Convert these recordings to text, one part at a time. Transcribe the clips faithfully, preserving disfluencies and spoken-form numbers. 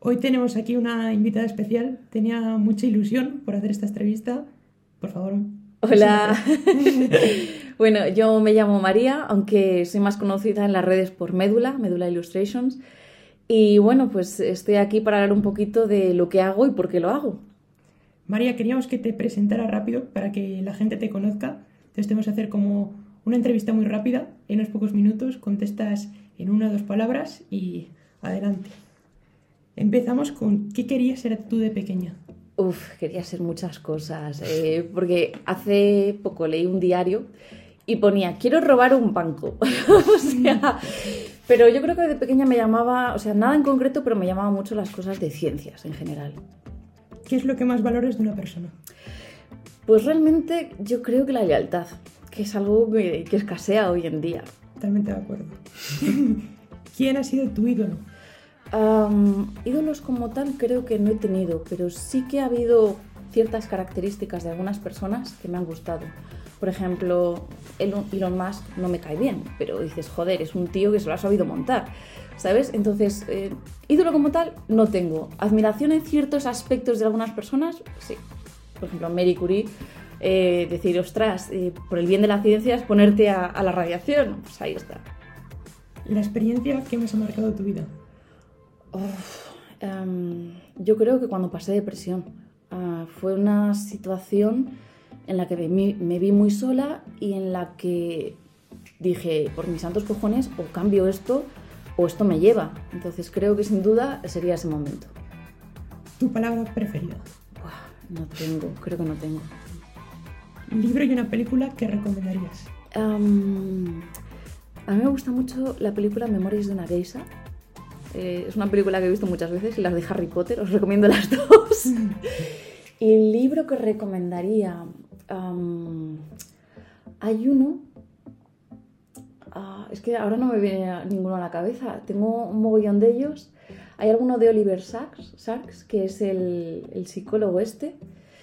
Hoy tenemos aquí una invitada especial. Tenía mucha ilusión por hacer esta entrevista. Por favor. Hola. Bueno, yo me llamo María, aunque soy más conocida en las redes por Médula, Médula Illustrations. Y bueno, pues estoy aquí para hablar un poquito de lo que hago y por qué lo hago. María, queríamos que te presentara rápido para que la gente te conozca. Entonces tenemos que hacer como una entrevista muy rápida, en unos pocos minutos, contestas en una o dos palabras y adelante. Empezamos con ¿qué querías ser tú de pequeña? Uf, quería ser muchas cosas, eh, porque hace poco leí un diario y ponía, quiero robar un banco. O sea, pero yo creo que de pequeña me llamaba, o sea, nada en concreto, pero me llamaban mucho las cosas de ciencias en general. ¿Qué es lo que más valores de una persona? Pues realmente yo creo que la lealtad, que es algo que, que escasea hoy en día. Totalmente de acuerdo. ¿Quién ha sido tu ídolo? Um, ídolos como tal creo que no he tenido, pero sí que ha habido ciertas características de algunas personas que me han gustado. Por ejemplo, Elon Musk no me cae bien, pero dices, joder, es un tío que se lo ha sabido montar, ¿sabes? Entonces, eh, ídolo como tal no tengo. Admiración en ciertos aspectos de algunas personas, sí. Por ejemplo, Marie Curie, eh, decir, ostras, eh, por el bien de la ciencia es ponerte a, a la radiación, pues ahí está. La experiencia que más ha marcado tu vida. Uf, um, yo creo que cuando pasé depresión uh, fue una situación en la que me, me vi muy sola y en la que dije, por mis santos cojones, o cambio esto o esto me lleva. Entonces creo que sin duda sería ese momento. ¿Tu palabra preferida? Buah, no tengo, creo que no tengo. ¿Libro y una película que recomendarías? Um, a mí me gusta mucho la película Memorias de una geisha. Eh, es una película que he visto muchas veces y las de Harry Potter, os recomiendo las dos. Y el libro que recomendaría, um, hay uno, uh, es que ahora no me viene ninguno a la cabeza, tengo un mogollón de ellos. Hay alguno de Oliver Sacks, Sacks que es el, el psicólogo este,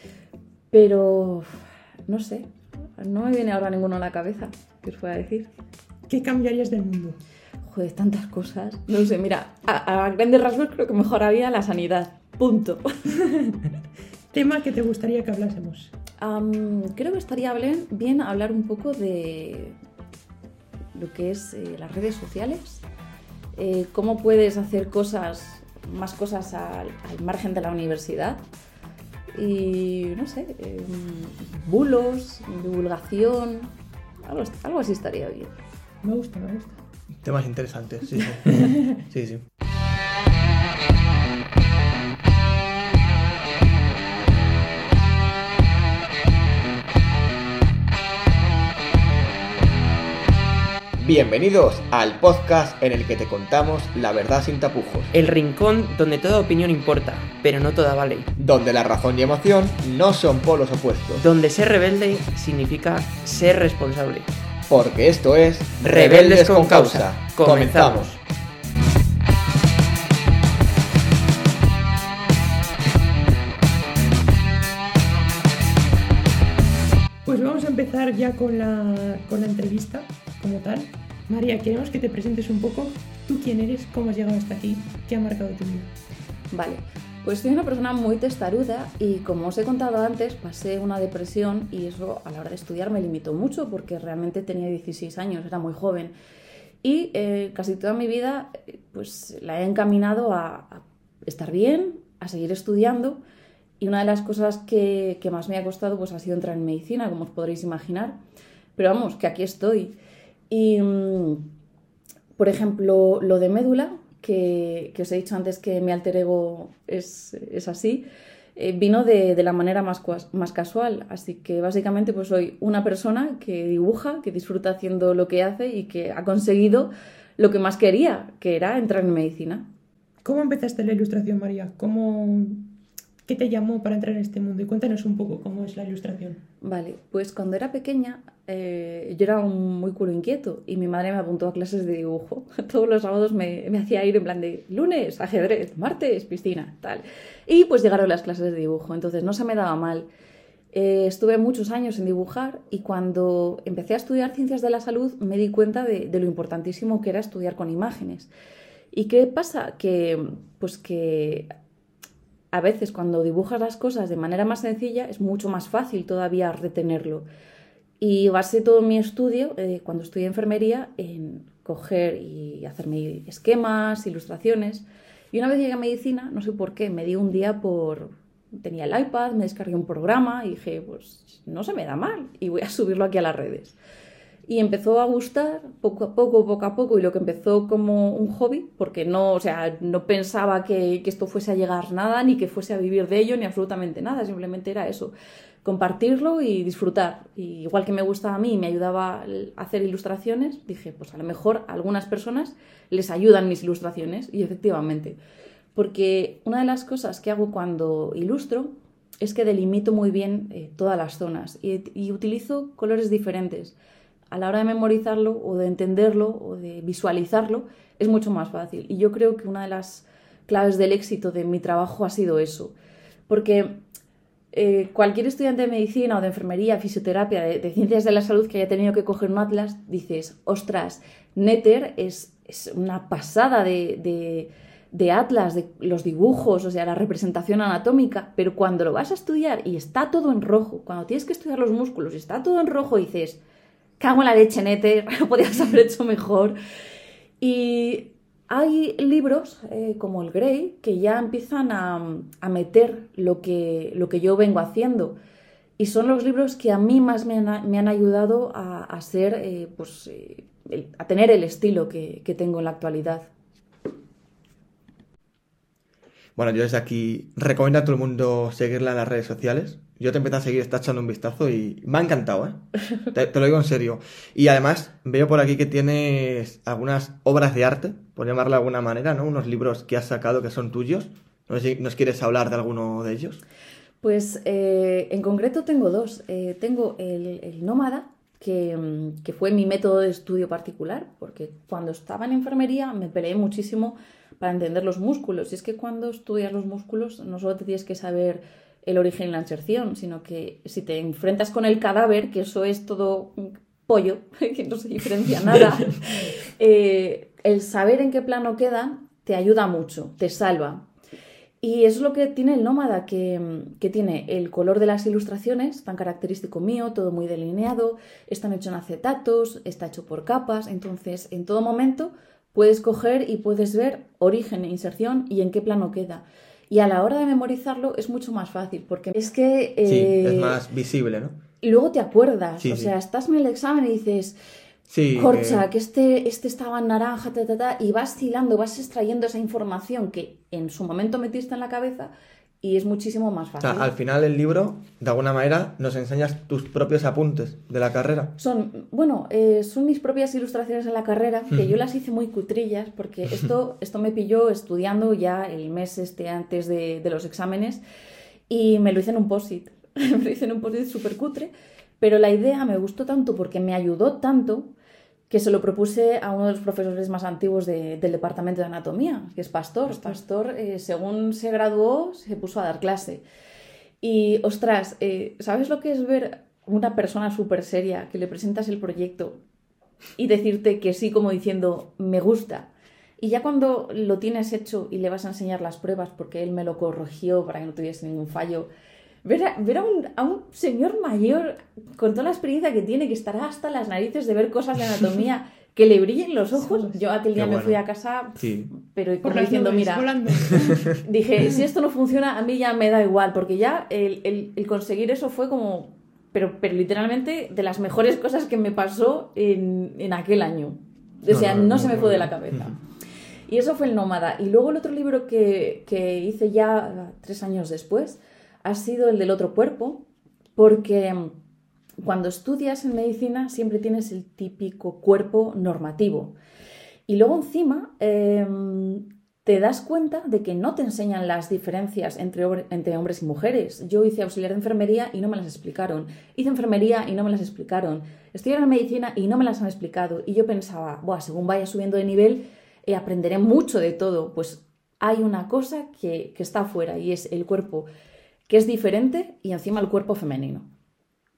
pero no sé, no me viene ahora ninguno a la cabeza, ¿qué os voy a decir? ¿Qué cambiarías del mundo? Joder, tantas cosas. No sé, mira, a, a grandes rasgos creo que mejoraría la sanidad. Punto. ¿Tema que te gustaría que hablásemos? Um, creo que estaría bien, bien hablar un poco de lo que es eh, las redes sociales. Eh, cómo puedes hacer cosas, más cosas al, al margen de la universidad. Y no sé, eh, bulos, divulgación, algo, algo así estaría bien. Me gusta, me gusta. Temas interesantes, sí, sí. sí, sí. Bienvenidos al podcast en el que te contamos la verdad sin tapujos. El rincón donde toda opinión importa, pero no toda vale. Donde la razón y emoción no son polos opuestos. Donde ser rebelde significa ser responsable. Porque esto es Rebeldes con Causa. Comenzamos. Pues vamos a empezar ya con la, con la entrevista como tal. María, queremos que te presentes un poco. ¿Tú quién eres? ¿Cómo has llegado hasta aquí? ¿Qué ha marcado tu vida? Vale, pues soy una persona muy testaruda y como os he contado antes, pasé una depresión y eso a la hora de estudiar me limitó mucho porque realmente tenía dieciséis años, era muy joven. Y eh, casi toda mi vida pues la he encaminado a, a estar bien, a seguir estudiando. Y una de las cosas que, que más me ha costado pues ha sido entrar en medicina, como os podréis imaginar. Pero vamos, que aquí estoy. Y, por ejemplo, lo de Médula, que, que os he dicho antes que mi alter ego es, es así, eh, vino de, de la manera más, más casual. Así que básicamente pues soy una persona que dibuja, que disfruta haciendo lo que hace y que ha conseguido lo que más quería, que era entrar en medicina. ¿Cómo empezaste la ilustración, María? ¿Cómo... ¿Qué te llamó para entrar en este mundo? Y cuéntanos un poco cómo es la ilustración. Vale, pues cuando era pequeña eh, yo era un muy culo inquieto y mi madre me apuntó a clases de dibujo. Todos los sábados me, me hacía ir en plan de lunes, ajedrez, martes, piscina, tal. Y pues llegaron las clases de dibujo, entonces no se me daba mal. Eh, estuve muchos años en dibujar y cuando empecé a estudiar ciencias de la salud me di cuenta de, de lo importantísimo que era estudiar con imágenes. ¿Y qué pasa? Que, pues que a veces cuando dibujas las cosas de manera más sencilla es mucho más fácil todavía retenerlo. Y basé todo mi estudio, eh, cuando estudié enfermería, en coger y hacerme esquemas, ilustraciones. Y una vez llegué a medicina, no sé por qué, me dio un día por... Tenía el iPad, me descargué un programa y dije, pues no se me da mal y voy a subirlo aquí a las redes. Y empezó a gustar poco a poco, poco a poco, y lo que empezó como un hobby, porque no, o sea, no pensaba que, que esto fuese a llegar a nada, ni que fuese a vivir de ello, ni absolutamente nada, simplemente era eso, compartirlo y disfrutar. Y igual que me gustaba a mí y me ayudaba a hacer ilustraciones, dije, pues a lo mejor a algunas personas les ayudan mis ilustraciones, y efectivamente. Porque una de las cosas que hago cuando ilustro es que delimito muy bien eh, todas las zonas y, y utilizo colores diferentes. A la hora de memorizarlo o de entenderlo o de visualizarlo es mucho más fácil. Y yo creo que una de las claves del éxito de mi trabajo ha sido eso. Porque eh, cualquier estudiante de medicina o de enfermería, fisioterapia, de, de ciencias de la salud que haya tenido que coger un atlas, dices, ostras, Néter es, es una pasada de, de, de atlas, de los dibujos, o sea, la representación anatómica, pero cuando lo vas a estudiar y está todo en rojo, cuando tienes que estudiar los músculos y está todo en rojo, dices... Cago en la leche, Néter, lo podías haber hecho mejor. Y hay libros eh, como el Grey que ya empiezan a, a meter lo que, lo que yo vengo haciendo. Y son los libros que a mí más me han, me han ayudado a, a ser, eh, pues, eh, el, a tener el estilo que, que tengo en la actualidad. Bueno, yo desde aquí recomiendo a todo el mundo seguirla en las redes sociales. Yo te empecé a seguir, está echando un vistazo y me ha encantado, ¿eh? Te, te lo digo en serio. Y además veo por aquí que tienes algunas obras de arte, por llamarlo de alguna manera, ¿no? Unos libros que has sacado que son tuyos. No sé si nos quieres hablar de alguno de ellos. Pues eh, en concreto tengo dos. Eh, tengo el, el Nómada, que, que fue mi método de estudio particular, porque cuando estaba en enfermería me peleé muchísimo para entender los músculos. Y es que cuando estudias los músculos no solo te tienes que saber el origen y la inserción, sino que si te enfrentas con el cadáver, que eso es todo pollo, que no se diferencia nada, eh, el saber en qué plano quedan te ayuda mucho, te salva. Y es lo que tiene el Nómada, que, que tiene el color de las ilustraciones, tan característico mío, todo muy delineado, están hechos en acetatos, está hecho por capas, entonces en todo momento puedes coger y puedes ver origen e inserción y en qué plano queda. Y a la hora de memorizarlo es mucho más fácil, porque es que... Eh, sí, es más visible, ¿no? Y luego te acuerdas, sí, o sí. sea, estás en el examen y dices... Sí, Corcha, eh... que este, este estaba en naranja, ta, ta, ta, y vas hilando, vas extrayendo esa información que en su momento metiste en la cabeza y es muchísimo más fácil. O sea, al final el libro, de alguna manera, nos enseñas tus propios apuntes de la carrera. Son, bueno, eh, son mis propias ilustraciones en la carrera, que yo las hice muy cutrillas, porque esto, esto me pilló estudiando ya el mes este antes de, de los exámenes y me lo hice en un post-it. me lo hice en un post-it súper cutre, pero la idea me gustó tanto porque me ayudó tanto que se lo propuse a uno de los profesores más antiguos de, del departamento de anatomía, que es Pastor. Pastor, eh, según se graduó, se puso a dar clase. Y, ostras, eh, ¿sabes lo que es ver una persona súper seria que le presentas el proyecto y decirte que sí, como diciendo, me gusta? Y ya cuando lo tienes hecho y le vas a enseñar las pruebas, porque él me lo corrigió para que no tuviese ningún fallo, Ver, a, ver a, un, a un señor mayor con toda la experiencia que tiene, que estará hasta las narices de ver cosas de anatomía, que le brillen los ojos. Yo aquel día Qué me bueno. fui a casa, sí. pero como Por diciendo, nubes, mira, volando. dije, si esto no funciona, a mí ya me da igual, porque ya el, el, el conseguir eso fue como, pero, pero literalmente de las mejores cosas que me pasó en, en aquel año. O sea, no, no, no, no se me fue de la cabeza. Y eso fue el Nómada. Y luego el otro libro que, que hice ya tres años después ha sido el del otro cuerpo, porque cuando estudias en medicina siempre tienes el típico cuerpo normativo. Y luego encima eh, te das cuenta de que no te enseñan las diferencias entre, entre hombres y mujeres. Yo hice auxiliar de enfermería y no me las explicaron. Hice enfermería y no me las explicaron. Estudié en medicina y no me las han explicado. Y yo pensaba, buah, según vaya subiendo de nivel, eh, aprenderé mucho de todo. Pues hay una cosa que, que está afuera y es el cuerpo que es diferente y encima el cuerpo femenino.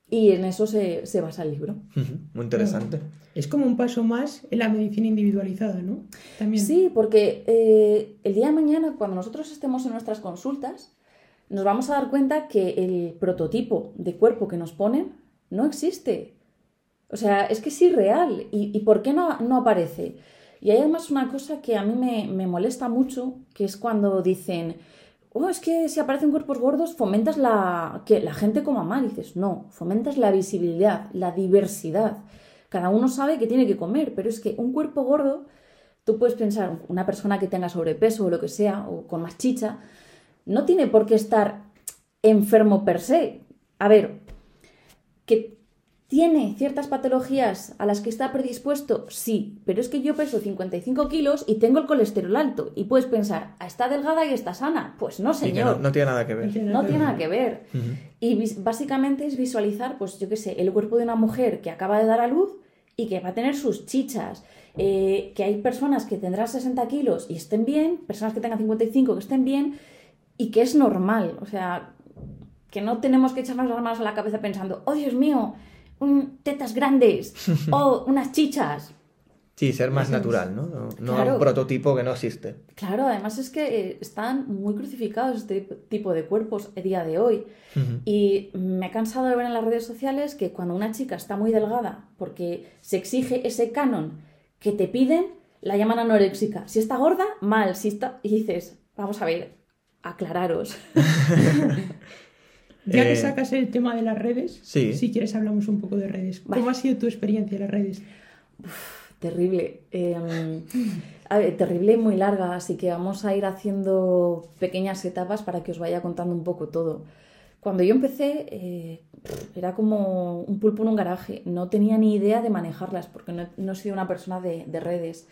Y en eso se, se basa el libro. Ujú, muy interesante. Es como un paso más en la medicina individualizada, ¿no? También. Sí, porque eh, el día de mañana, cuando nosotros estemos en nuestras consultas, nos vamos a dar cuenta que el prototipo de cuerpo que nos ponen no existe. O sea, es que es irreal. ¿Y, y por qué no, no aparece? Y hay además una cosa que a mí me, me molesta mucho, que es cuando dicen, oh, es que si aparecen cuerpos gordos fomentas la, que la gente coma mal. Y dices, no, fomentas la visibilidad, la diversidad. Cada uno sabe que tiene que comer, pero es que un cuerpo gordo, tú puedes pensar, una persona que tenga sobrepeso o lo que sea, o con más chicha, no tiene por qué estar enfermo per se. A ver, que tiene ciertas patologías a las que está predispuesto, sí, pero es que yo peso cincuenta y cinco kilos y tengo el colesterol alto. Y puedes pensar, está delgada y está sana. Pues no, Y que señor. no, no tiene nada que ver. No tiene nada que ver. Ujú. Y vis- básicamente es visualizar, pues yo qué sé, el cuerpo de una mujer que acaba de dar a luz y que va a tener sus chichas. Eh, que hay personas que tendrán sesenta kilos y estén bien, personas que tengan cincuenta y cinco que estén bien, y que es normal. O sea, que no tenemos que echarnos las manos a la cabeza pensando, oh Dios mío, un, tetas grandes o unas chichas. Sí, ser más Eso es. natural, ¿no? No, no Claro. un prototipo que no existe. Claro, además es que eh, están muy crucificados este tipo de cuerpos a día de hoy. Ujú. Y me he cansado de ver en las redes sociales que cuando una chica está muy delgada porque se exige ese canon que te piden, la llaman anoréxica. Si está gorda, mal. Si está... Y dices, vamos a ver, aclararos. Ya que Eh, sacas el tema de las redes, sí. si quieres hablamos un poco de redes. Vale. ¿Cómo ha sido tu experiencia en las redes? Terrible. Eh, a ver, terrible y muy larga, así que vamos a ir haciendo pequeñas etapas para que os vaya contando un poco todo. Cuando yo empecé, eh, era como un pulpo en un garaje. No tenía ni idea de manejarlas porque no, no he sido una persona de, de redes.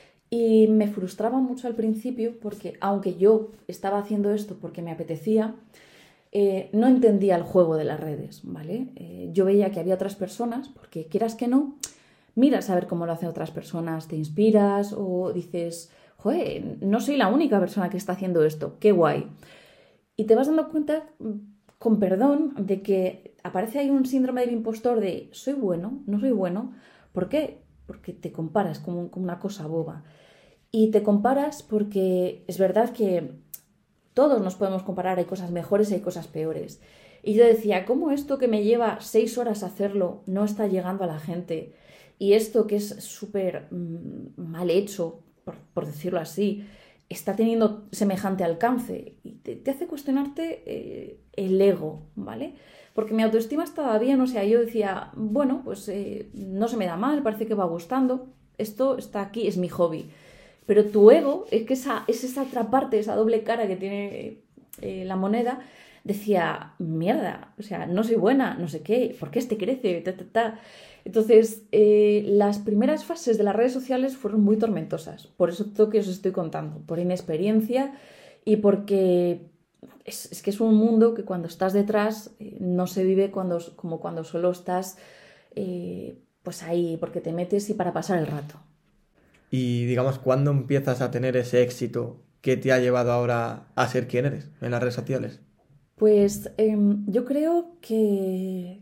Y me frustraba mucho al principio porque, aunque yo estaba haciendo esto porque me apetecía, eh, no entendía el juego de las redes, ¿vale? Eh, yo veía que había otras personas, porque quieras que no, miras a ver cómo lo hacen otras personas, te inspiras o dices, joder, no soy la única persona que está haciendo esto, qué guay. Y te vas dando cuenta, con perdón, de que aparece ahí un síndrome del impostor de soy bueno, no soy bueno. ¿Por qué? Porque te comparas como, como una cosa boba. Y te comparas porque es verdad que todos nos podemos comparar, hay cosas mejores y hay cosas peores. Y yo decía, ¿cómo esto que me lleva seis horas hacerlo no está llegando a la gente? Y esto que es súper mmm, mal hecho, por, por decirlo así, está teniendo semejante alcance. Y te, te hace cuestionarte eh, el ego, ¿vale? Porque mi autoestima estaba bien, o sea, yo decía, bueno, pues eh, no se me da mal, parece que va gustando, esto está aquí, es mi hobby. Pero tu ego, es que esa, es esa otra parte, esa doble cara que tiene eh, la moneda, decía, mierda, o sea, no soy buena, no sé qué, ¿por qué este crece? Ta, ta, ta. Entonces, eh, las primeras fases de las redes sociales fueron muy tormentosas, por eso todo que os estoy contando, por inexperiencia y porque es, es que es un mundo que cuando estás detrás eh, no se vive cuando, como cuando solo estás eh, pues ahí, porque te metes y para pasar el rato. Y digamos, ¿cuándo empiezas a tener ese éxito que te ha llevado ahora a ser quien eres en las redes sociales? Pues eh, yo creo que,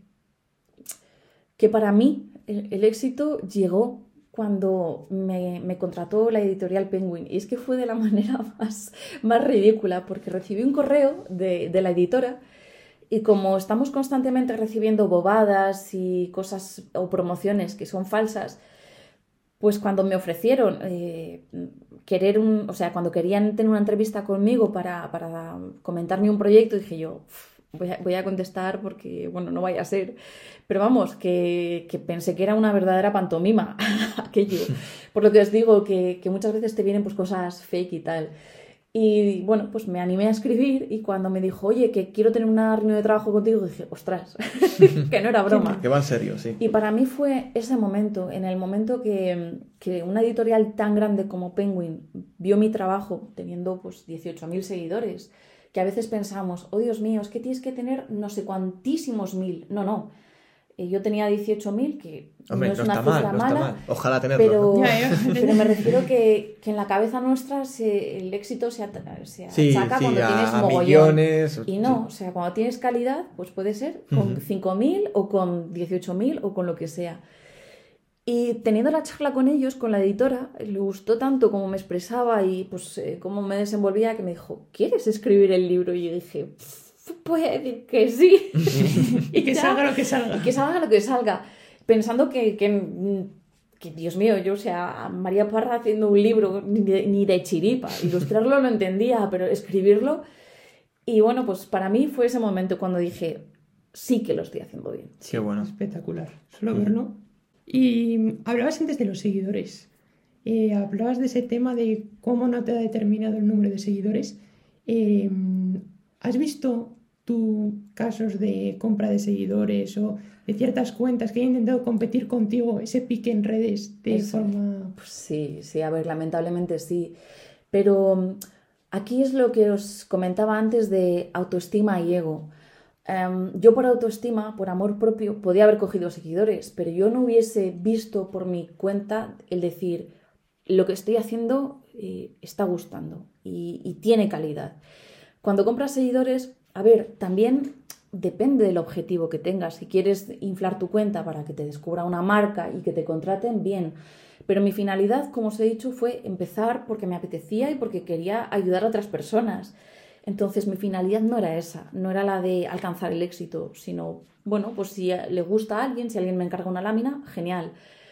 que para mí el, el éxito llegó cuando me, me contrató la editorial Penguin. Y es que fue de la manera más, más ridícula, porque recibí un correo de, de la editora y como estamos constantemente recibiendo bobadas y cosas o promociones que son falsas, pues cuando me ofrecieron eh, querer un, o sea, cuando querían tener una entrevista conmigo para, para comentarme un proyecto, dije yo, voy a, voy a contestar porque, bueno, no vaya a ser. Pero vamos, que, que pensé que era una verdadera pantomima aquello. Por lo que os digo, que, que muchas veces te vienen pues cosas fake y tal. Y bueno, pues me animé a escribir y cuando me dijo, oye, que quiero tener una reunión de trabajo contigo, dije, ostras, que no era broma. Que va en serio, sí. Y para mí fue ese momento, en el momento que, que una editorial tan grande como Penguin vio mi trabajo teniendo pues dieciocho mil seguidores, que a veces pensamos, oh Dios mío, es que tienes que tener no sé cuantísimos mil. No, no. Eh, yo tenía dieciocho mil, que Hombre, no es no una está cifra mal, no mala, está mal. Ojalá tenerlo. pero, ¿no? Ya, ya. pero me refiero que, que en la cabeza nuestra se, el éxito se, at- se Sí, achaca sí, cuando a, tienes a mogollón. millones. Y no, o sea, cuando tienes calidad, pues puede ser con Ujú. cinco mil o con dieciocho mil o con lo que sea. Y teniendo la charla con ellos, con la editora, le gustó tanto cómo me expresaba y pues eh, cómo me desenvolvía que me dijo, ¿quieres escribir el libro? Y yo dije, "Pff, puede decir que sí. Y que Ya. salga lo que salga. Y que salga lo que salga. Pensando que, que, mm, que, Dios mío, yo, o sea, María Parra haciendo un libro ni de, ni de chiripa. Ilustrarlo lo entendía, pero escribirlo... Y bueno, pues para mí fue ese momento cuando dije, sí que lo estoy haciendo bien. Qué bueno. Espectacular, solo verlo. Y hablabas antes de los seguidores. Eh, hablabas de ese tema de cómo no te ha determinado el número de seguidores. Eh, ¿Has visto tú casos de compra de seguidores o de ciertas cuentas que hayan intentado competir contigo, ese pique en redes de Eso. forma... Pues sí, sí, a ver, lamentablemente sí. Pero mm, aquí es lo que os comentaba antes de autoestima y ego. Em, yo por autoestima, por amor propio, podía haber cogido seguidores, pero yo no hubiese visto por mi cuenta el decir, lo que estoy haciendo eh, está gustando y, y tiene calidad. Cuando compras seguidores, a ver, también depende del objetivo que tengas. Si quieres inflar tu cuenta para que te descubra una marca y que te contraten, bien. Pero mi finalidad, como os he dicho, fue empezar porque me apetecía y porque quería ayudar a otras personas. Entonces mi finalidad no era esa, no era la de alcanzar el éxito, sino, bueno, pues si le gusta a alguien, si alguien me encarga una lámina, genial.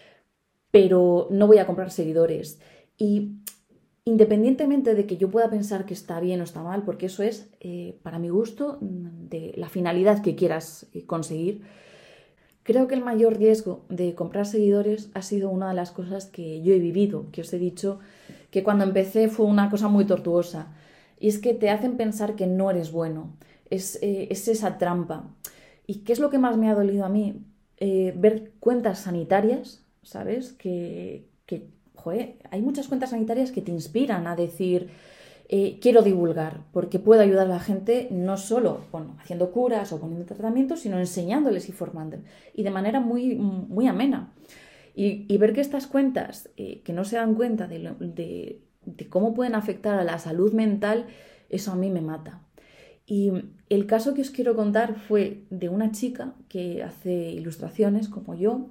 Pero no voy a comprar seguidores. Y independientemente de que yo pueda pensar que está bien o está mal, porque eso es, eh, para mi gusto, de la finalidad que quieras conseguir, creo que el mayor riesgo de comprar seguidores ha sido una de las cosas que yo he vivido, que os he dicho que cuando empecé fue una cosa muy tortuosa. Y es que te hacen pensar que no eres bueno. Es, eh, es esa trampa. ¿Y qué es lo que más me ha dolido a mí? Eh, ver cuentas sanitarias, ¿sabes? Que, que, joder, hay muchas cuentas sanitarias que te inspiran a decir, eh, quiero divulgar, porque puedo ayudar a la gente no solo bueno, haciendo curas o poniendo tratamientos, sino enseñándoles y formándoles. Y de manera muy, muy amena. Y, y ver que estas cuentas, eh, que no se dan cuenta de... Lo, de de cómo pueden afectar a la salud mental, eso a mí me mata. Y el caso que os quiero contar fue de una chica que hace ilustraciones como yo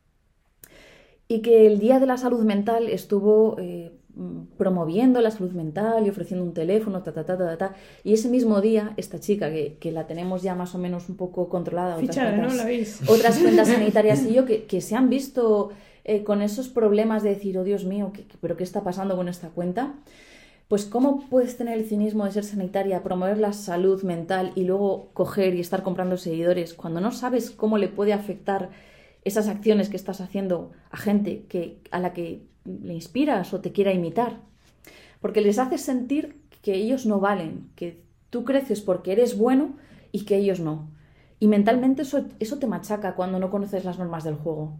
y que el Día de la Salud Mental estuvo eh, promoviendo la salud mental y ofreciendo un teléfono, ta, ta, ta, ta, ta. Y ese mismo día, esta chica, que, que la tenemos ya más o menos un poco controlada, otras, Fichada, cuentas, ¿no? ¿La veis? otras cuentas sanitarias y yo, que, que se han visto eh, con esos problemas de decir, oh Dios mío, ¿qué, ¿pero qué está pasando con esta cuenta? Pues ¿cómo puedes tener el cinismo de ser sanitaria, promover la salud mental y luego coger y estar comprando seguidores cuando no sabes cómo le puede afectar esas acciones que estás haciendo a gente que, a la que le inspiras o te quiera imitar? Porque les haces sentir que ellos no valen, que tú creces porque eres bueno y que ellos no. Y mentalmente eso, eso te machaca cuando no conoces las normas del juego.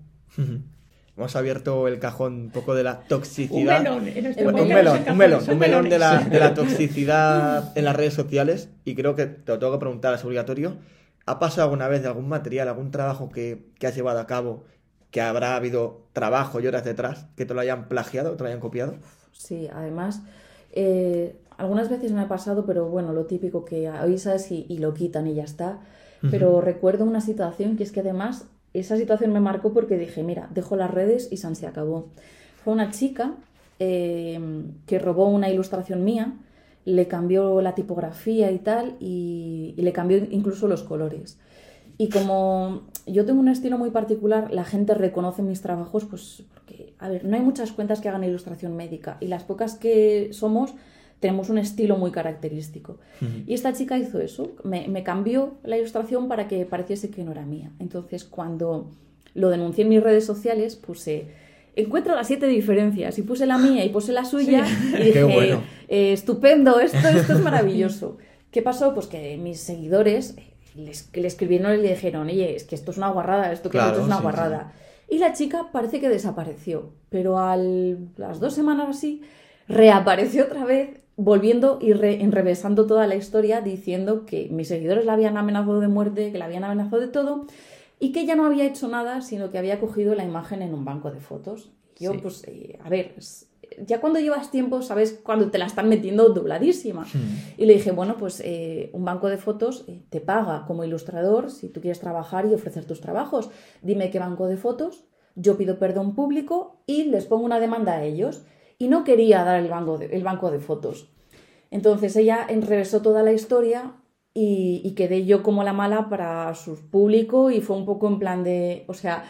Hemos abierto el cajón un poco de la toxicidad. Un melón, en nuestro Un podcast melón, el cajón un melón, son un melón de la, melones. de la toxicidad en las redes sociales. Y creo que te lo tengo que preguntar, es obligatorio. ¿Ha pasado alguna vez de algún material, algún trabajo que, que has llevado a cabo, que habrá habido trabajo y horas detrás, que te lo hayan plagiado, te lo hayan copiado? Sí, además, eh, algunas veces me ha pasado, pero bueno, lo típico que avisas y, y lo quitan y ya está. Pero uh-huh. recuerdo una situación que es que además esa situación me marcó porque dije, mira, dejo las redes y san se acabó. Fue una chica eh, que robó una ilustración mía, le cambió la tipografía y tal, y, y le cambió incluso los colores. Y como yo tengo un estilo muy particular, la gente reconoce mis trabajos, pues porque, a ver, no hay muchas cuentas que hagan ilustración médica, y las pocas que somos tenemos un estilo muy característico. Uh-huh. Y esta chica hizo eso, me, me cambió la ilustración para que pareciese que no era mía. Entonces, cuando lo denuncié en mis redes sociales, puse... encuentro las siete diferencias y puse la mía y puse la suya sí. y dije, bueno. eh, estupendo, esto, esto es maravilloso. ¿Qué pasó? Pues que mis seguidores les, le escribieron y le dijeron, oye, es que esto es una guarrada, esto que claro, esto es una sí, guarrada. Sí. Y la chica parece que desapareció, pero a las dos semanas así reapareció otra vez, volviendo y re, enrevesando toda la historia, diciendo que mis seguidores la habían amenazado de muerte, que la habían amenazado de todo, y que ya no había hecho nada, sino que había cogido la imagen en un banco de fotos. Yo, Sí. pues, eh, a ver, ya cuando llevas tiempo, sabes cuando te la están metiendo dobladísima. Hmm. Y le dije, bueno, pues eh, un banco de fotos eh, te paga como ilustrador si tú quieres trabajar y ofrecer tus trabajos. Dime qué banco de fotos, yo pido perdón público y les pongo una demanda a ellos. Y no quería dar el banco de, el banco de fotos. Entonces ella enrevesó toda la historia y, y quedé yo como la mala para su público y fue un poco en plan de, o sea,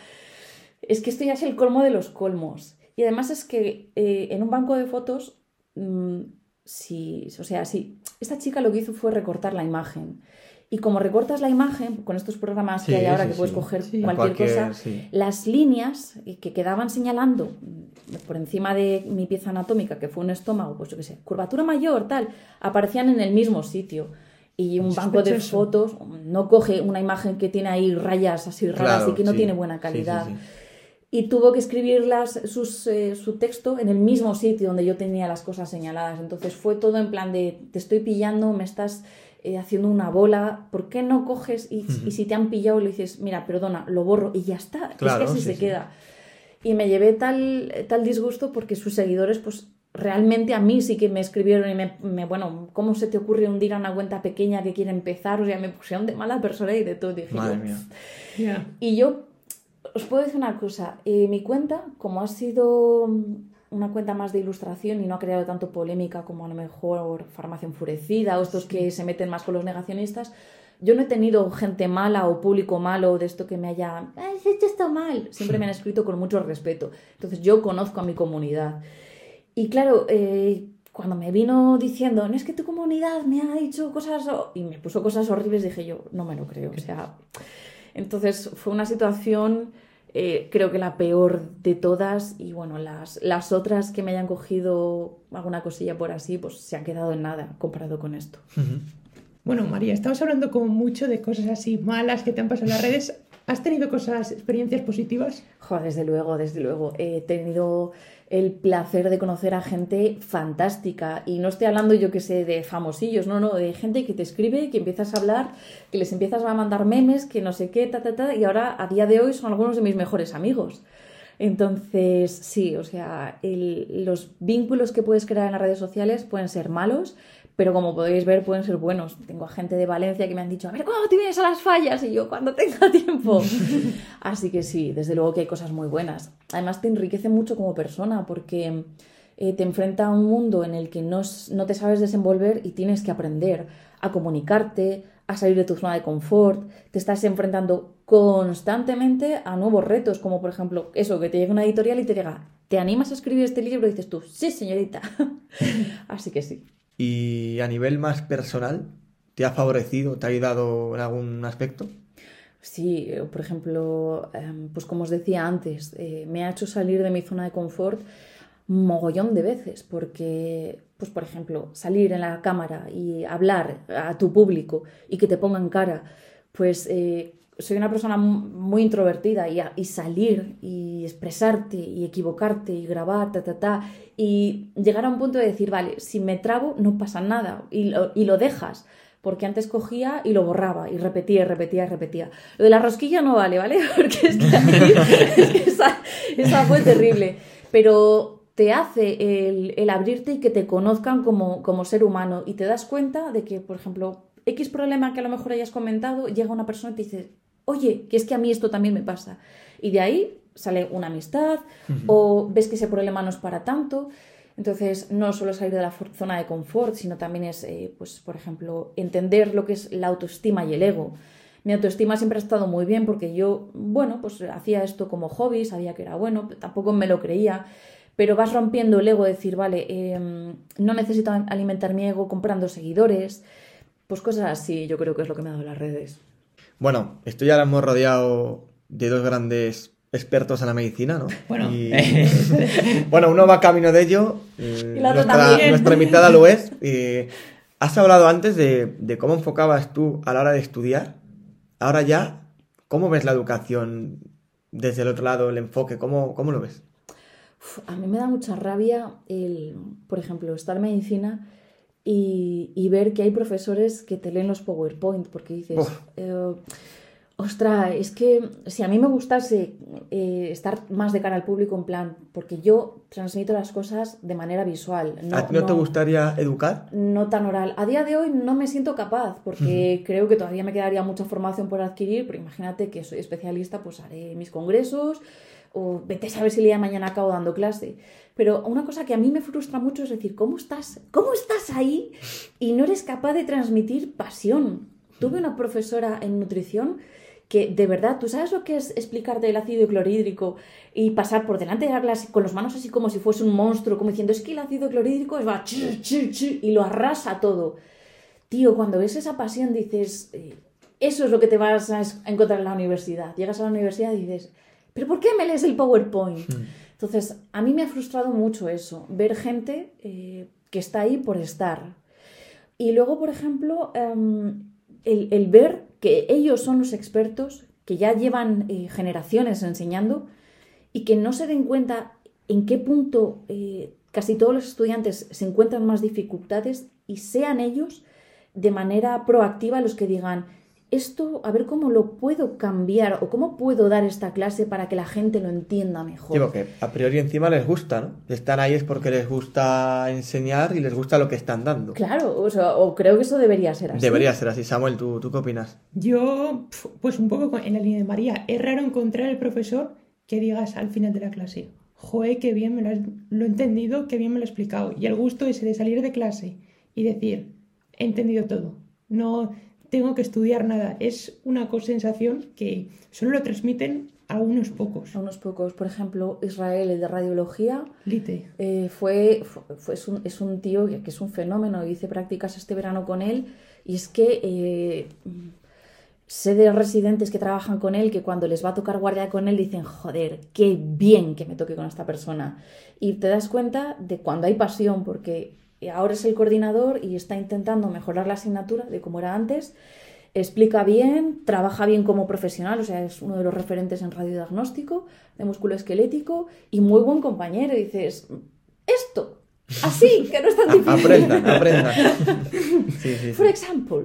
es que esto ya es el colmo de los colmos. Y además es que eh, en un banco de fotos, mmm, sí, o sea, sí, esta chica lo que hizo fue recortar la imagen. Y como recortas la imagen, con estos programas Sí, que hay ahora sí, que puedes sí. coger Sí. cualquier, Cualquier- cosa, sí. las líneas que quedaban señalando por encima de mi pieza anatómica, que fue un estómago, pues yo qué sé, curvatura mayor, tal, aparecían en el mismo sitio. Y un banco de Sospechoso. fotos no coge una imagen que tiene ahí rayas así raras Claro, y que no sí. tiene buena Sí, sí, calidad. sí. Y tuvo que escribir las, sus, eh, su texto en el mismo sitio donde yo tenía las cosas señaladas. Entonces fue todo en plan de, te estoy pillando, me estás eh, haciendo una bola, ¿por qué no coges y, Ujú. y si te han pillado le dices, mira, perdona, lo borro y ya está? Claro, es que así sí, se sí. queda. Y me llevé tal, tal disgusto porque sus seguidores, pues realmente a mí sí que me escribieron y me, me, bueno, ¿cómo se te ocurre hundir a una cuenta pequeña que quiere empezar? O sea, me pusieron de mala persona y de todo. Dije Madre yo, mía. Ya. y yo os puedo decir una cosa, eh, mi cuenta, como ha sido una cuenta más de ilustración y no ha creado tanto polémica como a lo mejor Farmacia Enfurecida o estos que se meten más con los negacionistas, yo no he tenido gente mala o público malo de esto que me haya, "Ay, has hecho esto mal", siempre me han escrito con mucho respeto. Entonces yo conozco a mi comunidad. Y claro, eh, cuando me vino diciendo, no es que tu comunidad me ha dicho cosas, o-", y me puso cosas horribles, dije yo, no me lo creo, o sea... Entonces fue una situación, eh, creo que la peor de todas, y bueno, las, las otras que me hayan cogido alguna cosilla por así, pues se han quedado en nada comparado con esto. Ujú. Bueno, María, estamos hablando como mucho de cosas así malas que te han pasado en las redes. ¿Has tenido cosas, experiencias positivas? Joder, desde luego, desde luego. He tenido el placer de conocer a gente fantástica. Y no estoy hablando, yo que sé, de famosillos, no, no, de gente que te escribe, que empiezas a hablar, que les empiezas a mandar memes, que no sé qué, ta, ta, ta, y ahora, a día de hoy, son algunos de mis mejores amigos. Entonces, sí, o sea, el- los vínculos que puedes crear en las redes sociales pueden ser malos, pero como podéis ver, pueden ser buenos. Tengo a gente de Valencia que me han dicho, a ver, ¿cuándo te vienes a las fallas? Y yo, cuando tenga tiempo. Así que sí, desde luego que hay cosas muy buenas. Además, te enriquece mucho como persona porque eh, te enfrenta a un mundo en el que no, s- no te sabes desenvolver y tienes que aprender a comunicarte, a salir de tu zona de confort. Te estás enfrentando constantemente a nuevos retos, como por ejemplo eso, que te llega una editorial y te diga, ¿te animas a escribir este libro? Y dices tú, sí, señorita. Así que sí. Y a nivel más personal, ¿te ha favorecido, te ha ayudado en algún aspecto? Sí, eh, por ejemplo, em, pues como os decía antes, eh, me ha hecho salir de mi zona de confort mogollón de veces, porque, pues por ejemplo, salir en la cámara y hablar a tu público y que te pongan cara, pues eh, soy una persona mu- muy introvertida y, a- y salir y expresarte y equivocarte y grabar, ta, ta, ta, y llegar a un punto de decir, vale, si me trabo no pasa nada y lo, y lo dejas. Porque antes cogía y lo borraba y repetía y repetía y repetía. Lo de la rosquilla no vale, ¿vale? Porque es que, ahí- es que esa, esa fue terrible. Pero te hace el, el abrirte y que te conozcan como, como ser humano. Y te das cuenta de que, por ejemplo, X problema que a lo mejor hayas comentado, llega una persona y te dice, oye, que es que a mí esto también me pasa. Y de ahí sale una amistad o ves que ese problema no es para tanto. Entonces, no solo salir de la for- zona de confort, sino también es, eh, pues, por ejemplo, entender lo que es la autoestima y el ego. Mi autoestima siempre ha estado muy bien porque yo, bueno, pues hacía esto como hobby, sabía que era bueno, pero tampoco me lo creía, pero vas rompiendo el ego, decir, vale, eh, no necesito alimentar mi ego comprando seguidores, pues cosas así, yo creo que es lo que me ha dado las redes. Bueno, esto ya lo hemos rodeado de dos grandes expertos en la medicina, ¿no? Bueno. Y- bueno, uno va camino de ello. eh, Y la otra nuestra, también. nuestra invitada lo es. Eh, has hablado antes de, de cómo enfocabas tú a la hora de estudiar. Ahora ya, ¿cómo ves la educación desde el otro lado, el enfoque? ¿Cómo, cómo lo ves? Uf, a mí me da mucha rabia el, por ejemplo, estar en medicina y, y ver que hay profesores que te leen los PowerPoint porque dices, Uf. eh, Ostras, es que si a mí me gustase eh, estar más de cara al público, en plan, porque yo transmito las cosas de manera visual. No, ¿A ti no, no te gustaría educar? No tan oral. A día de hoy no me siento capaz, porque uh-huh. creo que todavía me quedaría mucha formación por adquirir, pero imagínate que soy especialista, pues haré mis congresos, o vete a saber si el día de mañana acabo dando clase. Pero una cosa que a mí me frustra mucho es decir, ¿cómo estás, cómo estás ahí y no eres capaz de transmitir pasión? Tuve una profesora en nutrición que de verdad, ¿tú sabes lo que es explicarte el ácido clorhídrico y pasar por delante de la clase con las manos así como si fuese un monstruo, como diciendo, es que el ácido clorhídrico es va ch, ch, ch, y lo arrasa todo? Tío, cuando ves esa pasión dices, eh, eso es lo que te vas a encontrar en la universidad. Llegas a la universidad y dices, ¿pero por qué me lees el PowerPoint? Hmm. Entonces, a mí me ha frustrado mucho eso, ver gente eh, que está ahí por estar. Y luego, por ejemplo, eh, el, el ver que ellos son los expertos, que ya llevan eh, generaciones enseñando y que no se den cuenta en qué punto eh, casi todos los estudiantes se encuentran más dificultades y sean ellos de manera proactiva los que digan esto, a ver cómo lo puedo cambiar o cómo puedo dar esta clase para que la gente lo entienda mejor. Digo que a priori encima les gusta, ¿no? Están ahí es porque les gusta enseñar y les gusta lo que están dando. Claro, o, sea, o creo que eso debería ser así. Debería ser así. Samuel, ¿tú, tú qué opinas? Yo, pues un poco en la línea de María. Es raro encontrar el profesor que digas al final de la clase, joder, qué bien me lo, has, lo he entendido, qué bien me lo he explicado. Y el gusto ese de salir de clase y decir, he entendido todo. No tengo que estudiar nada. Es una sensación que solo lo transmiten a unos pocos. A unos pocos. Por ejemplo, Israel, el de radiología, Lite. Eh, fue, fue, fue es, un, es un tío que, que es un fenómeno. Hice prácticas este verano con él y es que eh, sé de residentes que trabajan con él que cuando les va a tocar guardia con él dicen, joder, qué bien que me toque con esta persona. Y te das cuenta de cuando hay pasión, porque ahora es el coordinador y está intentando mejorar la asignatura de como era antes, explica bien, trabaja bien como profesional, o sea, es uno de los referentes en radiodiagnóstico, de músculo esquelético y muy buen compañero. Y dices, esto, así, que no es tan difícil. Aprendan, aprendan. Sí, sí, For sí. example.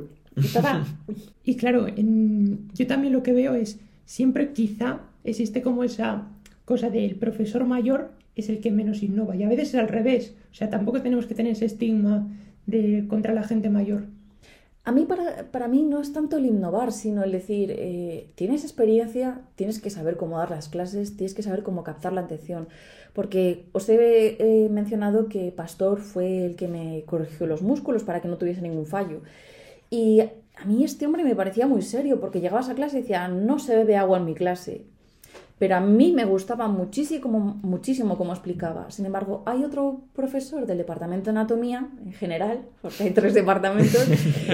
Y claro, en, yo también lo que veo es, siempre quizá existe como esa cosa del profesor mayor es el que menos innova, y a veces es al revés, o sea, tampoco tenemos que tener ese estigma de contra la gente mayor. A mí, para, para mí no es tanto el innovar, sino el decir, eh, tienes experiencia, tienes que saber cómo dar las clases, tienes que saber cómo captar la atención, porque os he eh, mencionado que Pastor fue el que me corrigió los músculos para que no tuviese ningún fallo, y a mí este hombre me parecía muy serio, porque llegabas a clase y decía, no se bebe agua en mi clase. Pero a mí me gustaba muchísimo, muchísimo cómo explicaba. Sin embargo, hay otro profesor del departamento de anatomía, en general, porque hay tres departamentos,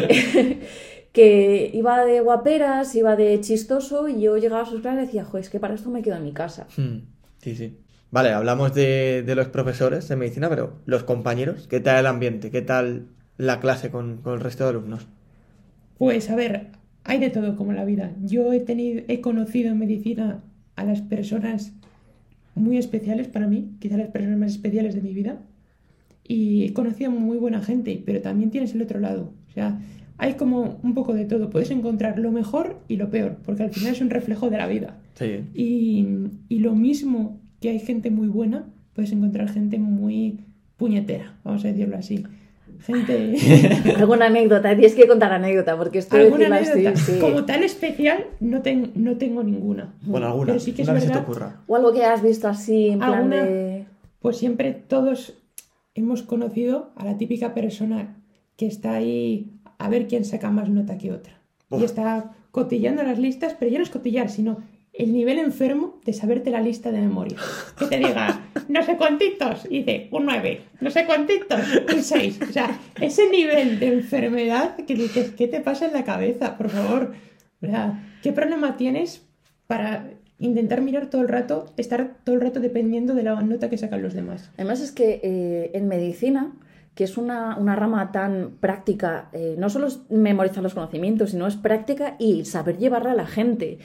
que iba de guaperas, iba de chistoso, y yo llegaba a sus clases y decía, joder, es que para esto me quedo en mi casa. Sí, sí. Vale, hablamos de, de los profesores de medicina, pero los compañeros, ¿qué tal el ambiente? ¿Qué tal la clase con, con el resto de alumnos? Pues a ver, hay de todo como en la vida. Yo he tenido, he conocido en medicina a las personas muy especiales para mí, quizás las personas más especiales de mi vida, y he conocido muy buena gente, pero también tienes el otro lado, o sea, hay como un poco de todo, puedes encontrar lo mejor y lo peor, porque al final es un reflejo de la vida. Sí. y, y lo mismo que hay gente muy buena, puedes encontrar gente muy puñetera, vamos a decirlo así. Gente... ¿Alguna anécdota? Tienes que contar anécdota, porque esto de ¿Alguna decirla anécdota? así, sí. Como tal especial, no, ten, no tengo ninguna. Bueno, alguna, pero sí que es una que se verdad, te ocurra. O algo que has visto así, en plan ¿Alguna? de... Pues siempre todos hemos conocido a la típica persona que está ahí a ver quién saca más nota que otra. Uf. Y está cotillando las listas, pero ya no es cotillar, sino el nivel enfermo de saberte la lista de memoria. Que te diga, no sé cuántitos, y dice, un nueve, no sé cuántitos, un seis. O sea, ese nivel de enfermedad que dices, ¿qué te pasa en la cabeza, por favor? O sea, ¿qué problema tienes para intentar mirar todo el rato, estar todo el rato dependiendo de la nota que sacan los demás? Además es que eh, en medicina, que es una, una rama tan práctica, eh, no solo es memorizar los conocimientos, sino es práctica y saber llevarla a la gente.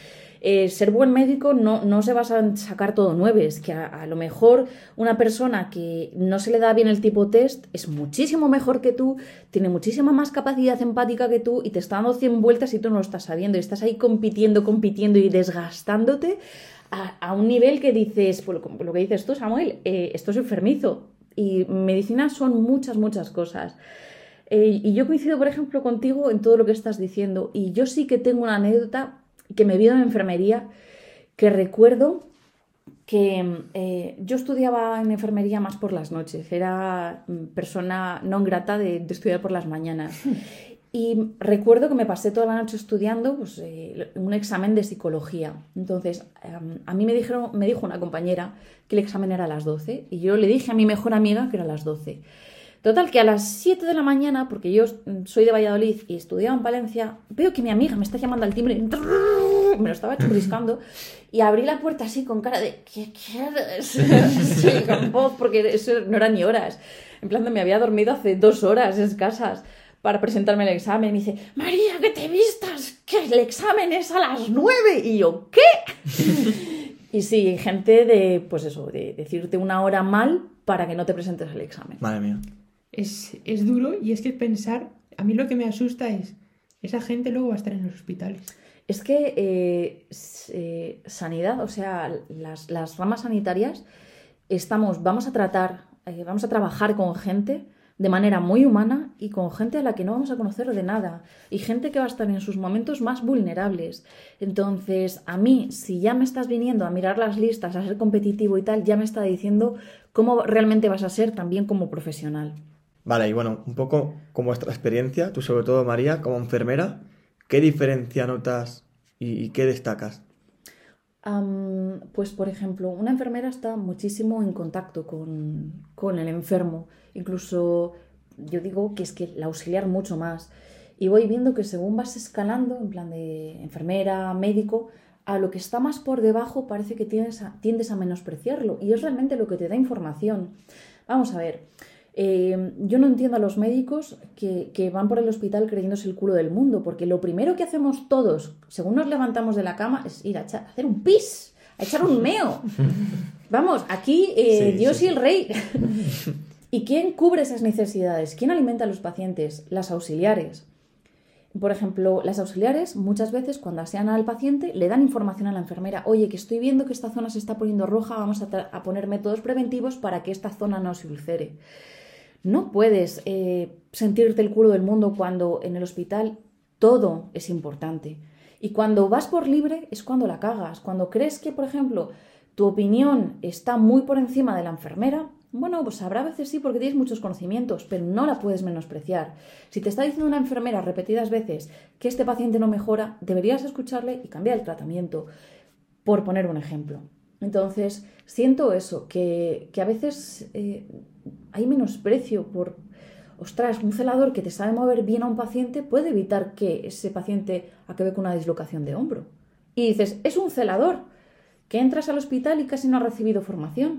eh, ser buen médico no, no se basa en sacar todo nueve, es que a, a lo mejor una persona que no se le da bien el tipo test es muchísimo mejor que tú, tiene muchísima más capacidad empática que tú y te está dando cien vueltas y tú no lo estás sabiendo y estás ahí compitiendo, compitiendo y desgastándote a, a un nivel que dices, pues lo, lo que dices tú, Samuel, eh, esto es enfermizo. Y medicina son muchas, muchas cosas. Eh, y yo coincido, por ejemplo, contigo en todo lo que estás diciendo. Y yo sí que tengo una anécdota que me vio en enfermería, que recuerdo que eh, yo estudiaba en enfermería más por las noches. Era persona no grata de, de estudiar por las mañanas. Y recuerdo que me pasé toda la noche estudiando pues, eh, un examen de psicología. Entonces, eh, a mí me, dijeron, me dijo una compañera que el examen era a las doce y yo le dije a mi mejor amiga que era a las doce. Total, que a las siete de la mañana, porque yo soy de Valladolid y estudiaba en Palencia, veo que mi amiga me está llamando al timbre, me lo estaba churriscando y abrí la puerta así con cara de ¿qué quieres? Sí, con voz, porque eso no eran ni horas. En plan, me había dormido hace dos horas escasas para presentarme el examen y dice, María, que te vistas, que el examen es a las nueve. Y yo, ¿qué? Y sí, gente de, pues eso, de decirte una hora mal para que no te presentes al examen. Madre mía. Es, es duro y es que pensar, a mí lo que me asusta es, esa gente luego va a estar en los hospitales. Es que eh, eh, sanidad, o sea, las, las ramas sanitarias, estamos, vamos a tratar, eh, vamos a trabajar con gente de manera muy humana y con gente a la que no vamos a conocer de nada y gente que va a estar en sus momentos más vulnerables. Entonces, a mí, si ya me estás viniendo a mirar las listas, a ser competitivo y tal, ya me está diciendo cómo realmente vas a ser también como profesional. Vale, y bueno, un poco como vuestra experiencia, tú sobre todo, María, como enfermera, ¿qué diferencia notas y, y qué destacas? Um, pues, por ejemplo, una enfermera está muchísimo en contacto con, con el enfermo. Incluso yo digo que es que la auxiliar mucho más. Y voy viendo que según vas escalando, en plan de enfermera, médico, a lo que está más por debajo parece que tienes a, tiendes a menospreciarlo. Y es realmente lo que te da información. Vamos a ver. Eh, yo no entiendo a los médicos que, que van por el hospital creyéndose el culo del mundo, porque lo primero que hacemos todos, según nos levantamos de la cama, es ir a, echar, a hacer un pis, a echar un meo. Vamos, aquí eh, sí, Dios sí. y el rey. ¿Y quién cubre esas necesidades? ¿Quién alimenta a los pacientes? Las auxiliares. Por ejemplo, las auxiliares muchas veces cuando asean al paciente le dan información a la enfermera. Oye, que estoy viendo que esta zona se está poniendo roja, vamos a, a poner métodos preventivos para que esta zona no se ulcere. No puedes eh, sentirte el culo del mundo cuando en el hospital todo es importante. Y cuando vas por libre es cuando la cagas. Cuando crees que, por ejemplo, tu opinión está muy por encima de la enfermera, bueno, pues habrá veces sí porque tienes muchos conocimientos, pero no la puedes menospreciar. Si te está diciendo una enfermera repetidas veces que este paciente no mejora, deberías escucharle y cambiar el tratamiento, por poner un ejemplo. Entonces, siento eso, que, que a veces eh, hay menosprecio por, ostras, un celador que te sabe mover bien a un paciente puede evitar que ese paciente acabe con una dislocación de hombro. Y dices, es un celador, que entras al hospital y casi no ha recibido formación.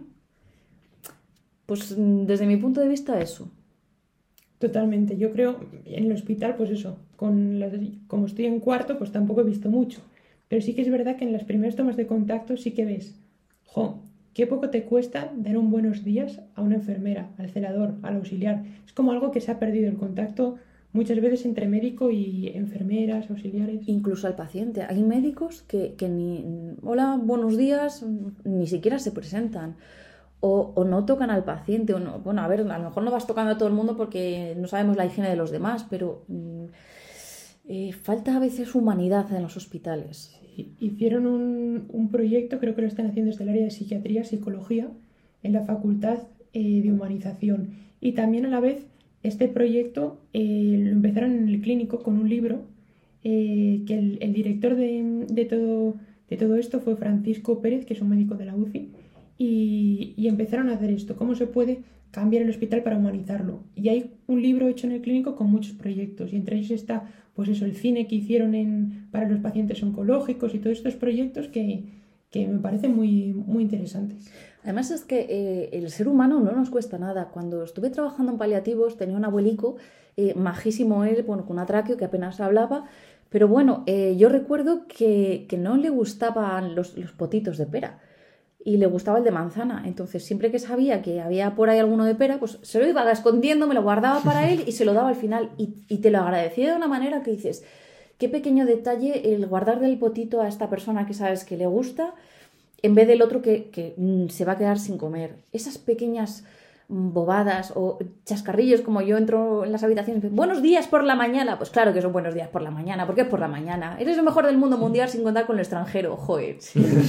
Pues desde mi punto de vista, eso. Totalmente. Yo creo, en el hospital, pues eso, con las, como estoy en cuarto, pues tampoco he visto mucho. Pero sí que es verdad que en las primeras tomas de contacto sí que ves, jo, qué poco te cuesta dar un buenos días a una enfermera, al celador, al auxiliar. Es como algo que se ha perdido el contacto muchas veces entre médico y enfermeras, auxiliares. Incluso al paciente. Hay médicos que, que ni, hola, buenos días, ni siquiera se presentan. O, o no tocan al paciente. O no, bueno, a ver, a lo mejor no vas tocando a todo el mundo porque no sabemos la higiene de los demás, pero mm, eh, falta a veces humanidad en los hospitales. Sí, hicieron un, un proyecto, creo que lo están haciendo desde el área de psiquiatría, psicología, en la facultad eh, de humanización. Y también a la vez este proyecto eh, lo empezaron en el clínico con un libro eh, que el, el director de, de, todo, de todo esto fue Francisco Pérez, que es un médico de la U C I, y, y empezaron a hacer esto, cómo se puede cambiar el hospital para humanizarlo. Y hay un libro hecho en el clínico con muchos proyectos, y entre ellos está, pues eso, el cine que hicieron en, para los pacientes oncológicos y todos estos proyectos que, que me parecen muy, muy interesantes. Además es que eh, el ser humano no nos cuesta nada. Cuando estuve trabajando en paliativos tenía un abuelico, eh, majísimo él, bueno, con un atraqueo que apenas hablaba, Pero bueno, eh, yo recuerdo que, que no le gustaban los, los potitos de pera y le gustaba el de manzana. Entonces, siempre que sabía que había por ahí alguno de pera, pues se lo iba escondiendo, me lo guardaba para él y se lo daba al final. Y, y te lo agradecía de una manera que dices, qué pequeño detalle el guardarle el potito a esta persona que sabes que le gusta, en vez del otro que, que mm, se va a quedar sin comer. Esas pequeñas bobadas o chascarrillos, como yo entro en las habitaciones, buenos días por la mañana, pues claro que son buenos días por la mañana, porque es por la mañana, eres el mejor del mundo mundial sin contar con el extranjero, joder.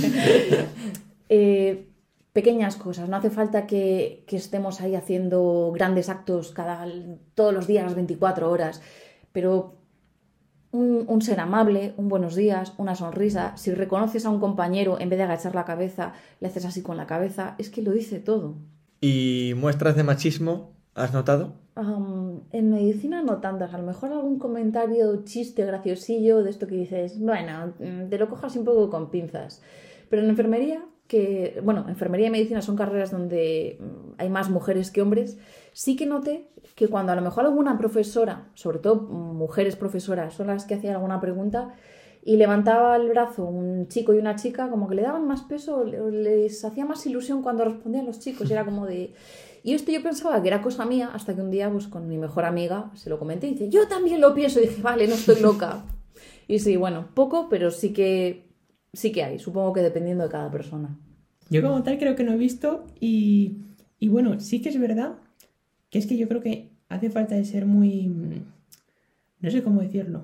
eh, pequeñas cosas, no hace falta que, que estemos ahí haciendo grandes actos cada, todos los días, las veinticuatro horas, pero un, un ser amable, un buenos días, una sonrisa, si reconoces a un compañero, en vez de agachar la cabeza, le haces así con la cabeza, es que lo dice todo. ¿Y muestras de machismo has notado? Um, en medicina no tantas, a lo mejor algún comentario, chiste, graciosillo, de esto que dices, bueno, te lo cojas un poco con pinzas. Pero en enfermería, que, bueno, enfermería y medicina son carreras donde hay más mujeres que hombres, sí que noté que cuando a lo mejor alguna profesora, sobre todo mujeres profesoras, son las que hacían alguna pregunta, y levantaba el brazo un chico y una chica, como que le daban más peso, les hacía más ilusión cuando respondían los chicos, y era como de... Y esto yo pensaba que era cosa mía, hasta que un día pues con mi mejor amiga se lo comenté y dice, yo también lo pienso, y dije, vale, no estoy loca. Y sí, bueno, poco, pero sí que, sí que hay, supongo que dependiendo de cada persona. Yo como tal creo que no he visto y, y bueno, sí que es verdad que es que yo creo que hace falta de ser muy... no sé cómo decirlo.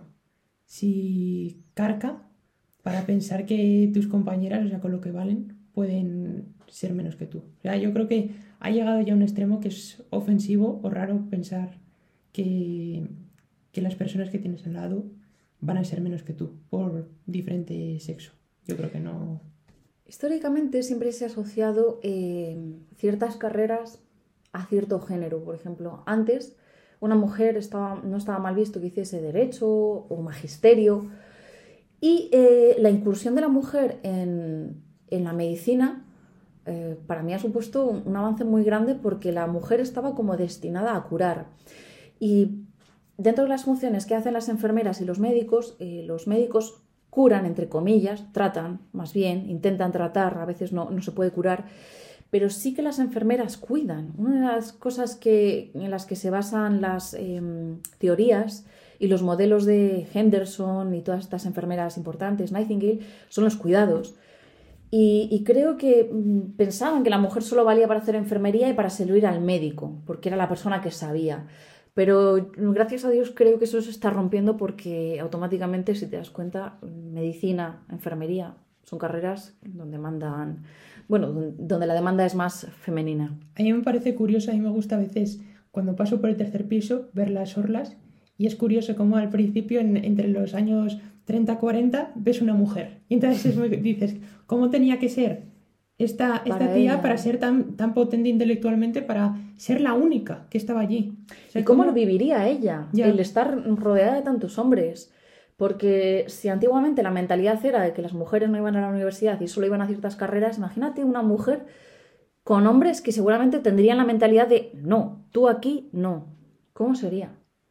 Si carca para pensar que tus compañeras, o sea, con lo que valen, pueden ser menos que tú. O sea, yo creo que ha llegado ya a un extremo que es ofensivo o raro pensar que, que las personas que tienes al lado van a ser menos que tú por diferente sexo. Yo creo que no... Históricamente siempre se ha asociado eh, ciertas carreras a cierto género. Por ejemplo, antes una mujer estaba, no estaba mal visto que hiciese derecho o magisterio. Y eh, la incursión de la mujer en, en la medicina eh, para mí ha supuesto un, un avance muy grande porque la mujer estaba como destinada a curar. Y dentro de las funciones que hacen las enfermeras y los médicos, eh, los médicos curan, entre comillas, tratan, más bien, intentan tratar, a veces no, no se puede curar, pero sí que las enfermeras cuidan. Una de las cosas que, en las que se basan las eh, teorías y los modelos de Henderson y todas estas enfermeras importantes, Nightingale, son los cuidados. Y, y creo que mmm, pensaban que la mujer solo valía para hacer enfermería y para servir al médico, porque era la persona que sabía. Pero gracias a Dios creo que eso se está rompiendo porque automáticamente, si te das cuenta, medicina, enfermería, son carreras donde mandan, bueno, donde la demanda es más femenina. A mí me parece curioso, a mí me gusta a veces cuando paso por el tercer piso ver las orlas y es curioso cómo al principio, en, entre los años treinta cuarenta, ves una mujer. Y entonces es muy, dices, ¿cómo tenía que ser esta, esta Para tía ella. para ser tan, tan potente intelectualmente, para ser la única que estaba allí? O sea, ¿Y cómo ¿cómo? lo viviría ella? Ya. El estar rodeada de tantos hombres. Porque si antiguamente la mentalidad era de que las mujeres no iban a la universidad y solo iban a ciertas carreras, imagínate una mujer con hombres que seguramente tendrían la mentalidad de no, tú aquí no. ¿Cómo sería?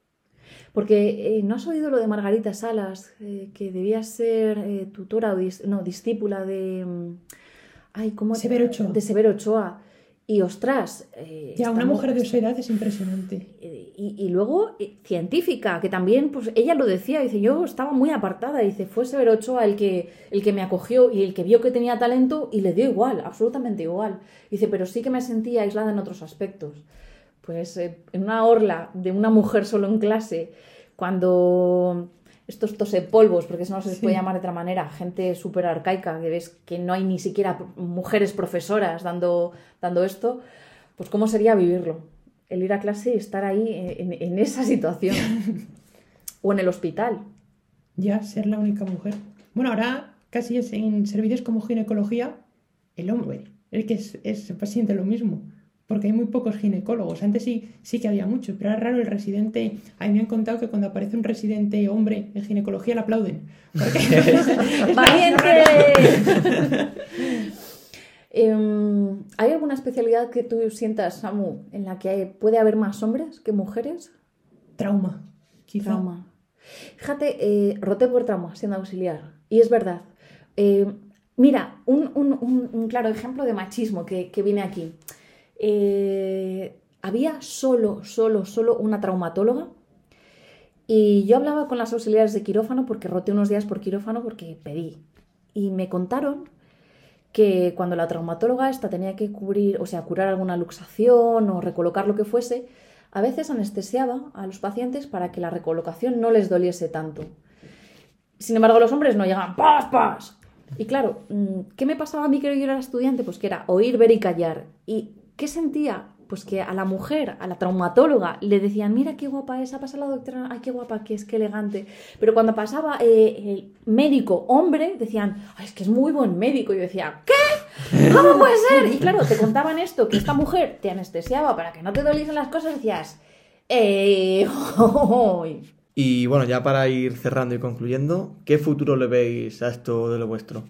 Porque eh, ¿no has oído lo de Margarita Salas, eh, que debía ser eh, tutora o dis- no, discípula de... mm, Ay, ¿cómo? Severo Ochoa. De Severo Ochoa. Y ostras... eh, Ya, una estamos- mujer de su edad es impresionante. Y, y luego eh, científica, que también, pues ella lo decía, dice, yo estaba muy apartada, dice, fue Severo Ochoa el que, el que me acogió y el que vio que tenía talento y le dio igual, absolutamente igual. Dice, pero sí que me sentía aislada en otros aspectos. Pues eh, en una orla de una mujer solo en clase, cuando estos tosepolvos, porque eso no se les Sí. puede llamar de otra manera, gente súper arcaica, que ves que no hay ni siquiera mujeres profesoras dando, dando esto, pues cómo sería vivirlo. El ir a clase y estar ahí en, en esa situación. O en el hospital. Ya, ser la única mujer. Bueno, ahora casi es en servicios como ginecología el hombre, el que es, es paciente lo mismo, porque hay muy pocos ginecólogos. Antes sí, sí que había muchos, pero era raro el residente. A mí me han contado que cuando aparece un residente hombre en ginecología le aplauden. Porque es ¡Valiente! eh, ¿Hay alguna especialidad que tú sientas, Samu, en la que hay- puede haber más hombres que mujeres? trauma, quizá. Trauma. Fíjate, eh, roté por trauma siendo auxiliar. Y es verdad. Eh, mira, un, un, un, un claro ejemplo de machismo que, que viene aquí. Eh, había solo, solo, solo una traumatóloga. Y yo hablaba con las auxiliares de quirófano porque roté unos días por quirófano porque pedí. Y me contaron que cuando la traumatóloga esta tenía que cubrir, o sea, curar alguna luxación o recolocar lo que fuese, a veces anestesiaba a los pacientes para que la recolocación no les doliese tanto. Sin embargo, los hombres no llegaban ¡pas, pas! Y claro, ¿qué me pasaba a mí que yo era estudiante? Pues que era oír, ver y callar. ¿Y qué sentía? Pues que a la mujer, a la traumatóloga, le decían, mira qué guapa es, ha pasado la doctora, ay qué guapa que es, qué elegante. Pero cuando pasaba eh, el médico hombre, decían, ay es que es muy buen médico. Y yo decía, ¿qué? ¿Cómo puede ser? Y claro, te contaban esto, que esta mujer te anestesiaba para que no te doliesen las cosas, y decías, eh... Y bueno, ya para ir cerrando y concluyendo, ¿qué futuro le veis a esto de lo vuestro?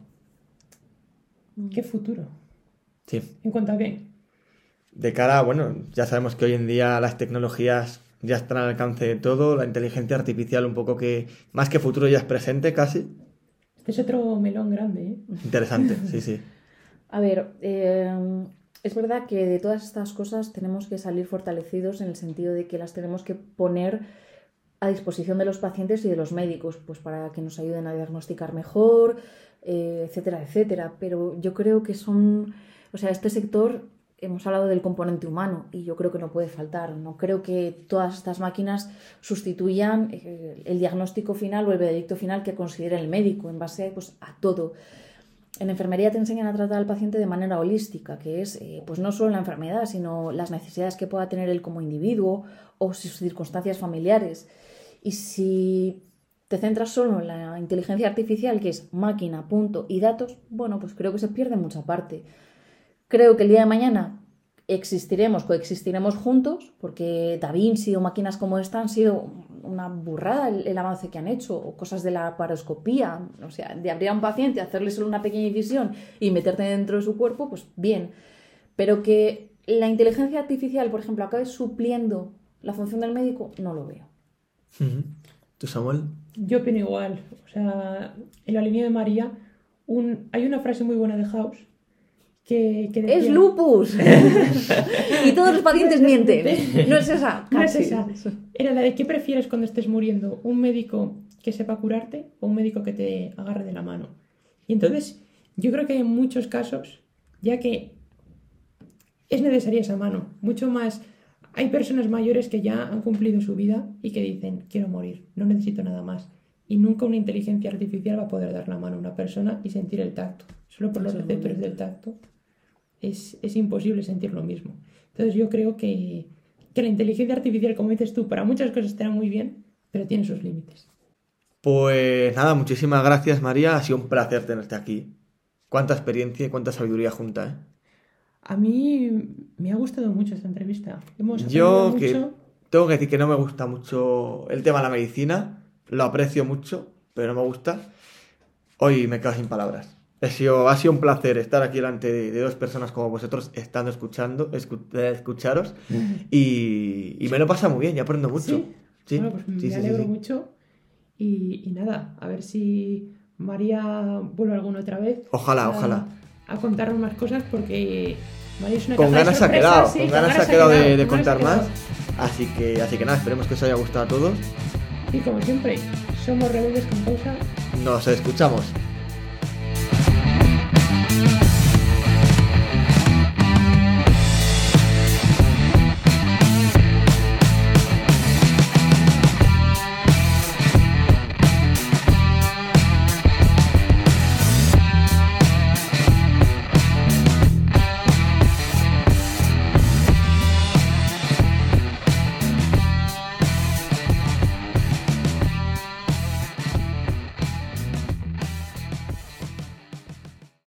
¿Qué futuro? Sí. ¿En cuanto a qué? De cara, bueno, ya sabemos que hoy en día las tecnologías ya están al alcance de todo, la inteligencia artificial un poco que, más que futuro, ya es presente casi. Este es otro melón grande, ¿eh? Interesante, sí, sí. A ver, eh, es verdad que de todas estas cosas tenemos que salir fortalecidos en el sentido de que las tenemos que poner a disposición de los pacientes y de los médicos, pues para que nos ayuden a diagnosticar mejor, eh, etcétera, etcétera. Pero yo creo que son, o sea, este sector... Hemos hablado del componente humano y yo creo que no puede faltar. No creo que todas estas máquinas sustituyan el diagnóstico final o el veredicto final que considere el médico en base pues, a todo. En enfermería te enseñan a tratar al paciente de manera holística, que es eh, pues no solo la enfermedad, sino las necesidades que pueda tener él como individuo o sus circunstancias familiares. Y si te centras solo en la inteligencia artificial, que es máquina, punto y datos, bueno, pues creo que se pierde mucha parte. Creo que el día de mañana existiremos, coexistiremos juntos, porque Da Vinci o máquinas como esta han sido una burrada el, el avance que han hecho, o cosas de la paroscopía, o sea, de abrir a un paciente, hacerle solo una pequeña incisión y meterte dentro de su cuerpo, pues bien. Pero que la inteligencia artificial, por ejemplo, acabe supliendo la función del médico, no lo veo. ¿Tú, Samuel? Yo opino igual. O sea, en la línea de María, un... hay una frase muy buena de House, Que, que decía... ¡Es lupus! Y todos los pacientes mienten. No es esa. No es esa. Era la de ¿qué prefieres cuando estés muriendo? ¿Un médico que sepa curarte o un médico que te agarre de la mano? Y entonces yo creo que hay muchos casos, ya que es necesaria esa mano. Mucho más... Hay personas mayores que ya han cumplido su vida y que dicen, quiero morir, no necesito nada más. Y nunca una inteligencia artificial va a poder dar la mano a una persona y sentir el tacto. Solo por los receptores del tacto es, es imposible sentir lo mismo. Entonces yo creo que, que la inteligencia artificial, como dices tú, para muchas cosas estará muy bien, pero tiene sus límites. Pues nada, muchísimas gracias, María. Ha sido un placer tenerte aquí. Cuánta experiencia y cuánta sabiduría junta, ¿eh? A mí me ha gustado mucho esta entrevista. Hemos Yo mucho. que tengo que decir que no me gusta mucho el tema de la medicina. Lo aprecio mucho, pero no me gusta. Hoy me quedo sin palabras. Ha sido, ha sido un placer estar aquí delante de, de dos personas como vosotros, estando escuchando, escu, eh, escucharos. Y, y me lo pasa muy bien, y aprendo mucho. Sí, sí, bueno, pues sí, me sí, alegro sí, sí. mucho. Y, y nada, a ver si María vuelve alguna otra vez. Ojalá, a, ojalá. A contarnos más cosas porque María es una Con caja de ganas ha sorpresas, quedado, sí, con ganas ha quedado de, de contar con ganas más. Así que, así que nada, esperemos que os haya gustado a todos. Y como siempre, somos rebeldes con causa. Nos escuchamos.